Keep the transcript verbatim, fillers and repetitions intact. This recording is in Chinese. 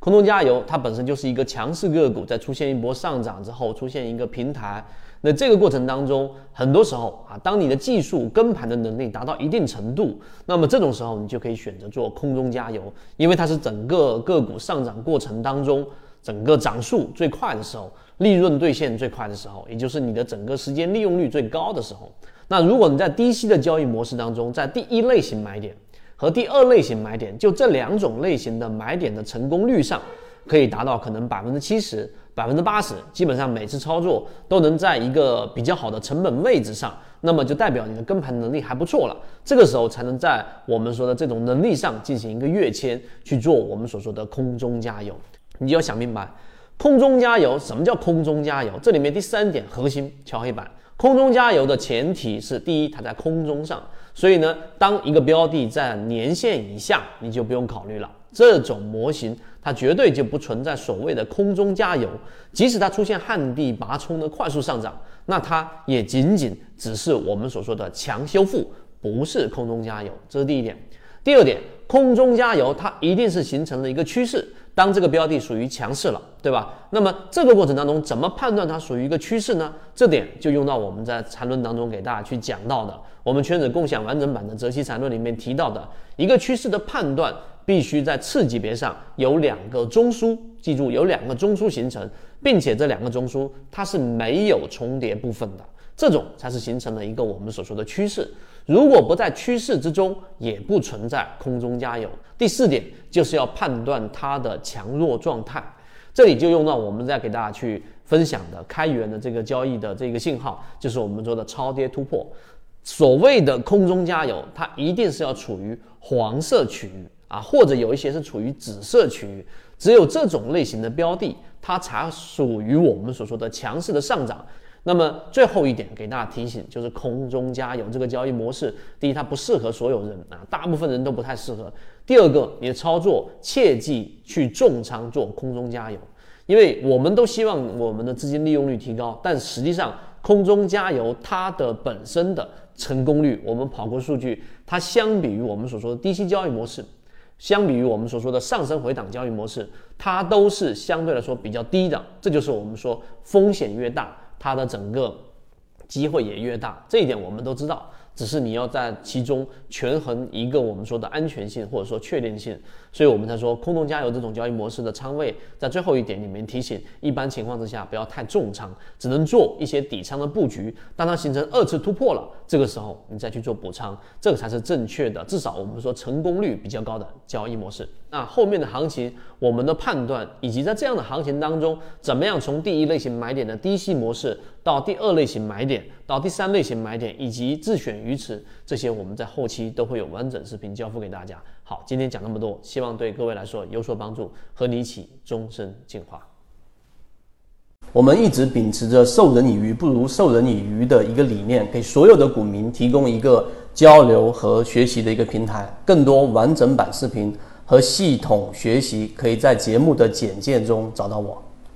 空中加油它本身就是一个强势个股，在出现一波上涨之后，出现一个平台。那这个过程当中，很多时候啊，当你的技术跟盘的能力达到一定程度，那么这种时候你就可以选择做空中加油，因为它是整个个股上涨过程当中，整个涨速最快的时候，利润兑现最快的时候，也就是你的整个时间利用率最高的时候。那如果你在低息的交易模式当中，在第一类型买点和第二类型买点，就这两种类型的买点的成功率上，可以达到可能百分之七十。百分之八十，基本上每次操作都能在一个比较好的成本位置上，那么就代表你的跟盘能力还不错了。这个时候才能在我们说的这种能力上进行一个跃迁，去做我们所说的空中加油。你就要想明白，空中加油，什么叫空中加油？这里面第三点核心敲黑板。空中加油的前提是，第一，它在空中上，所以呢，当一个标的在年线以下，你就不用考虑了。这种模型它绝对就不存在所谓的空中加油，即使它出现旱地拔葱的快速上涨，那它也仅仅只是我们所说的强修复，不是空中加油。这是第一点。第二点，空中加油它一定是形成了一个趋势，当这个标的属于强势了，对吧？那么这个过程当中怎么判断它属于一个趋势呢？这点就用到我们在缠论当中给大家去讲到的，我们圈子共享完整版的泽熙缠论里面提到的一个趋势的判断，必须在次级别上有两个中枢，记住有两个中枢形成，并且这两个中枢它是没有重叠部分的，这种才是形成了一个我们所说的趋势。如果不在趋势之中，也不存在空中加油。第四点就是要判断它的强弱状态，这里就用到我们再给大家去分享的开源的这个交易的这个信号，就是我们说的超跌突破。所谓的空中加油，它一定是要处于黄色区域啊，或者有一些是处于紫色区域，只有这种类型的标的，它才属于我们所说的强势的上涨。那么最后一点给大家提醒，就是空中加油这个交易模式，第一，它不适合所有人啊，大部分人都不太适合。第二个，你的操作切记去重仓做空中加油，因为我们都希望我们的资金利用率提高，但实际上空中加油它的本身的成功率，我们跑过数据，它相比于我们所说的低息交易模式，相比于我们所说的上升回档交易模式，它都是相对来说比较低的。这就是我们说风险越大，它的整个机会也越大，这一点我们都知道，只是你要在其中权衡一个我们说的安全性或者说确定性，所以我们才说空中加油这种交易模式的仓位，在最后一点里面提醒，一般情况之下不要太重仓，只能做一些底仓的布局，当它形成二次突破了，这个时候你再去做补仓，这个才是正确的，至少我们说成功率比较高的交易模式。那后面的行情我们的判断，以及在这样的行情当中，怎么样从第一类型买点的低息模式到第二类型买点，到第三类型买点，以及自选鱼池，这些我们在后期都会有完整视频交付给大家。好，今天讲那么多，希望对各位来说有所帮助，和你一起终身进化。 我们一直秉持着授人以鱼不如授人以渔的一个理念，给所有的股民提供一个交流和学习的一个平台。更多完整版视频和系统学习，可以在节目的简介中找到我。